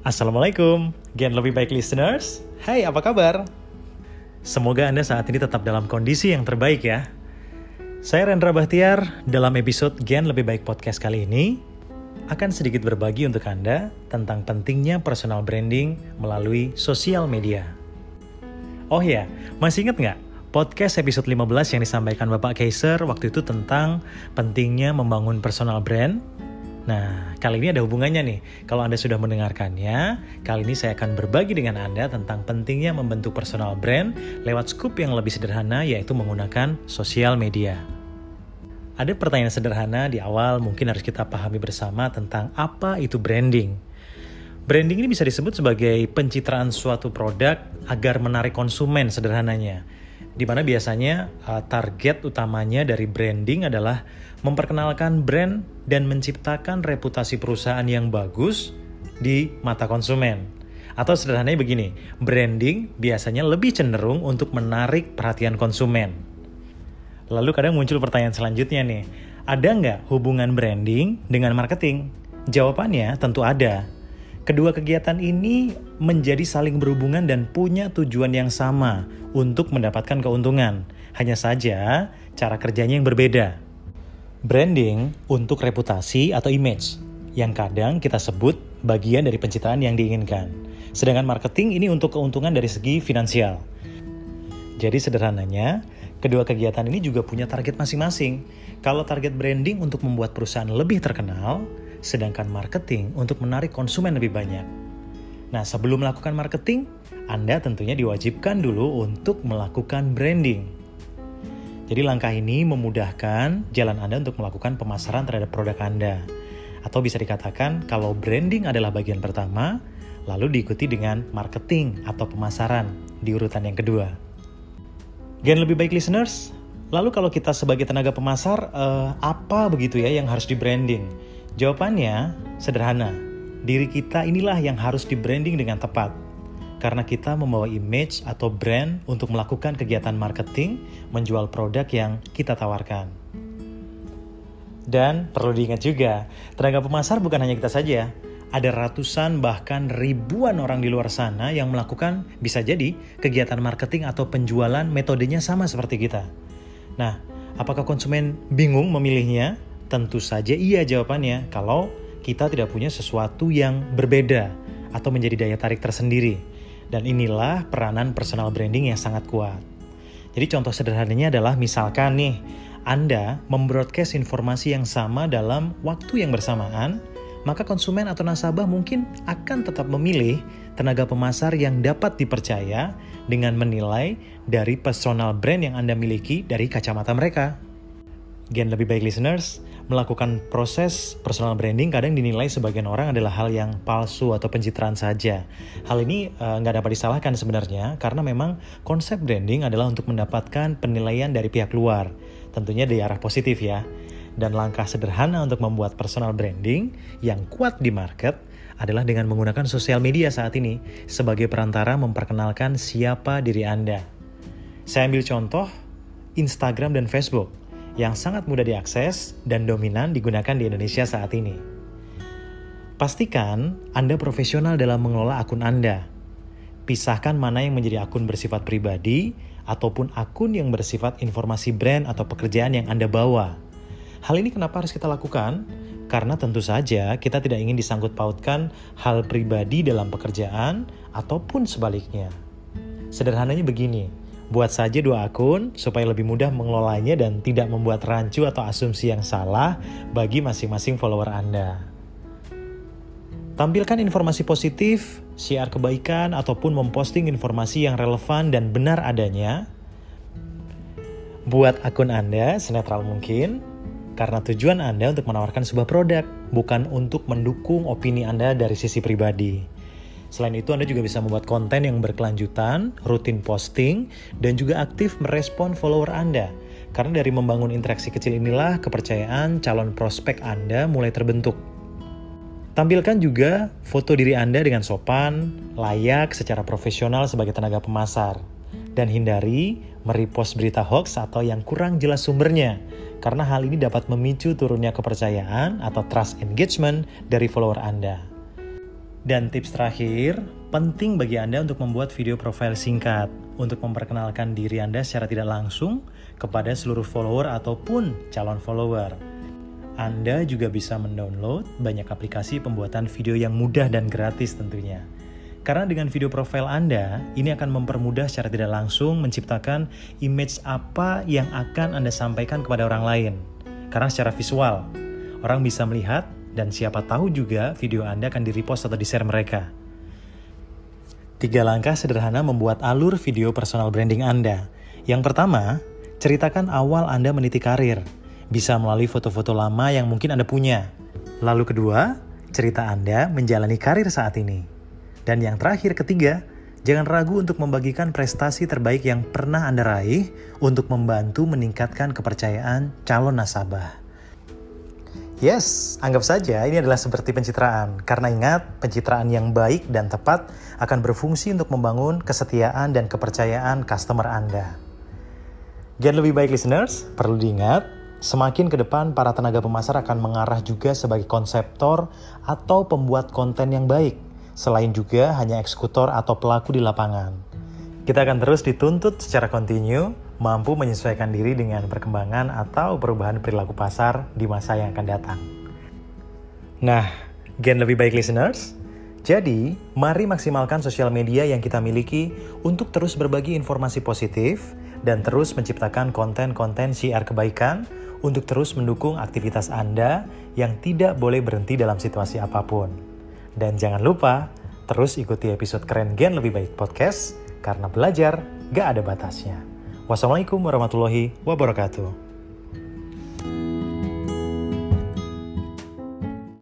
Assalamualaikum, Gen Lebih Baik listeners. Hai, apa kabar? Semoga Anda saat ini tetap dalam kondisi yang terbaik ya. Saya Rendra Bahtiar, dalam episode Gen Lebih Baik podcast kali ini akan sedikit berbagi untuk Anda tentang pentingnya personal branding melalui sosial media. Oh ya, masih ingat nggak podcast episode 15 yang disampaikan Bapak Kaiser waktu itu tentang pentingnya membangun personal brand? Nah, kali ini ada hubungannya nih. Kalau Anda sudah mendengarkannya, kali ini saya akan berbagi dengan Anda tentang pentingnya membentuk personal brand lewat scoop yang lebih sederhana, yaitu menggunakan sosial media. Ada pertanyaan sederhana di awal mungkin harus kita pahami bersama tentang apa itu branding. Branding ini bisa disebut sebagai pencitraan suatu produk agar menarik konsumen sederhananya. Di mana biasanya target utamanya dari branding adalah memperkenalkan brand dan menciptakan reputasi perusahaan yang bagus di mata konsumen. Atau sederhananya begini, branding biasanya lebih cenderung untuk menarik perhatian konsumen. Lalu kadang muncul pertanyaan selanjutnya nih, ada nggak hubungan branding dengan marketing? Jawabannya tentu ada. Kedua kegiatan ini menjadi saling berhubungan dan punya tujuan yang sama untuk mendapatkan keuntungan. Hanya saja cara kerjanya yang berbeda. Branding untuk reputasi atau image, yang kadang kita sebut bagian dari pencitraan yang diinginkan. Sedangkan marketing ini untuk keuntungan dari segi finansial. Jadi sederhananya, kedua kegiatan ini juga punya target masing-masing. Kalau target branding untuk membuat perusahaan lebih terkenal, sedangkan marketing untuk menarik konsumen lebih banyak. Nah, sebelum melakukan marketing, Anda tentunya diwajibkan dulu untuk melakukan branding. Jadi langkah ini memudahkan jalan Anda untuk melakukan pemasaran terhadap produk Anda. Atau bisa dikatakan kalau branding adalah bagian pertama, lalu diikuti dengan marketing atau pemasaran di urutan yang kedua. Gen Lebih Baik listeners, lalu kalau kita sebagai tenaga pemasar, apa begitu ya yang harus di-branding? Jawabannya sederhana, diri kita inilah yang harus di-branding dengan tepat. Karena kita membawa image atau brand untuk melakukan kegiatan marketing, menjual produk yang kita tawarkan. Dan perlu diingat juga, tenaga pemasar bukan hanya kita saja. Ada ratusan bahkan ribuan orang di luar sana yang melakukan bisa jadi kegiatan marketing atau penjualan metodenya sama seperti kita. Nah, apakah konsumen bingung memilihnya? Tentu saja iya jawabannya kalau kita tidak punya sesuatu yang berbeda atau menjadi daya tarik tersendiri. Dan inilah peranan personal branding yang sangat kuat. Jadi contoh sederhananya adalah misalkan nih, Anda membroadcast informasi yang sama dalam waktu yang bersamaan, maka konsumen atau nasabah mungkin akan tetap memilih tenaga pemasar yang dapat dipercaya dengan menilai dari personal brand yang Anda miliki dari kacamata mereka. Gen Lebih Baik listeners, melakukan proses personal branding kadang dinilai sebagian orang adalah hal yang palsu atau pencitraan saja. Hal ini nggak dapat disalahkan sebenarnya, karena memang konsep branding adalah untuk mendapatkan penilaian dari pihak luar. Tentunya dari arah positif ya. Dan langkah sederhana untuk membuat personal branding yang kuat di market adalah dengan menggunakan sosial media saat ini sebagai perantara memperkenalkan siapa diri Anda. Saya ambil contoh Instagram dan Facebook yang sangat mudah diakses dan dominan digunakan di Indonesia saat ini. Pastikan Anda profesional dalam mengelola akun Anda. Pisahkan mana yang menjadi akun bersifat pribadi ataupun akun yang bersifat informasi brand atau pekerjaan yang Anda bawa. Hal ini kenapa harus kita lakukan? Karena tentu saja kita tidak ingin disangkut pautkan hal pribadi dalam pekerjaan ataupun sebaliknya. Sederhananya begini, buat saja 2 akun supaya lebih mudah mengelolanya dan tidak membuat rancu atau asumsi yang salah bagi masing-masing follower Anda. Tampilkan informasi positif, share kebaikan, ataupun memposting informasi yang relevan dan benar adanya. Buat akun Anda senetral mungkin, karena tujuan Anda untuk menawarkan sebuah produk, bukan untuk mendukung opini Anda dari sisi pribadi. Selain itu, Anda juga bisa membuat konten yang berkelanjutan, rutin posting, dan juga aktif merespon follower Anda. Karena dari membangun interaksi kecil inilah kepercayaan calon prospek Anda mulai terbentuk. Tampilkan juga foto diri Anda dengan sopan, layak secara profesional sebagai tenaga pemasar. Dan hindari merepost berita hoax atau yang kurang jelas sumbernya. Karena hal ini dapat memicu turunnya kepercayaan atau trust engagement dari follower Anda. Dan tips terakhir, penting bagi Anda untuk membuat video profile singkat untuk memperkenalkan diri Anda secara tidak langsung kepada seluruh follower ataupun calon follower. Anda juga bisa mendownload banyak aplikasi pembuatan video yang mudah dan gratis tentunya. Karena dengan video profile Anda, ini akan mempermudah secara tidak langsung menciptakan image apa yang akan Anda sampaikan kepada orang lain. Karena secara visual, orang bisa melihat dan siapa tahu juga video Anda akan di-repost atau di-share mereka. 3 langkah sederhana membuat alur video personal branding Anda. Yang pertama, ceritakan awal Anda meniti karir. Bisa melalui foto-foto lama yang mungkin Anda punya. Lalu kedua, cerita Anda menjalani karir saat ini. Dan yang terakhir, ketiga, jangan ragu untuk membagikan prestasi terbaik yang pernah Anda raih untuk membantu meningkatkan kepercayaan calon nasabah. Yes, anggap saja ini adalah seperti pencitraan. Karena ingat, pencitraan yang baik dan tepat akan berfungsi untuk membangun kesetiaan dan kepercayaan customer Anda. Gen lebih baik listeners, perlu diingat, semakin ke depan para tenaga pemasar akan mengarah juga sebagai konseptor atau pembuat konten yang baik, selain juga hanya eksekutor atau pelaku di lapangan. Kita akan terus dituntut secara kontinu, mampu menyesuaikan diri dengan perkembangan atau perubahan perilaku pasar di masa yang akan datang. Nah, Gen lebih baik listeners, jadi mari maksimalkan sosial media yang kita miliki untuk terus berbagi informasi positif dan terus menciptakan konten-konten siar kebaikan untuk terus mendukung aktivitas Anda yang tidak boleh berhenti dalam situasi apapun. Dan jangan lupa, terus ikuti episode keren Gen Lebih Baik Podcast, karena belajar gak ada batasnya. Wassalamualaikum warahmatullahi wabarakatuh.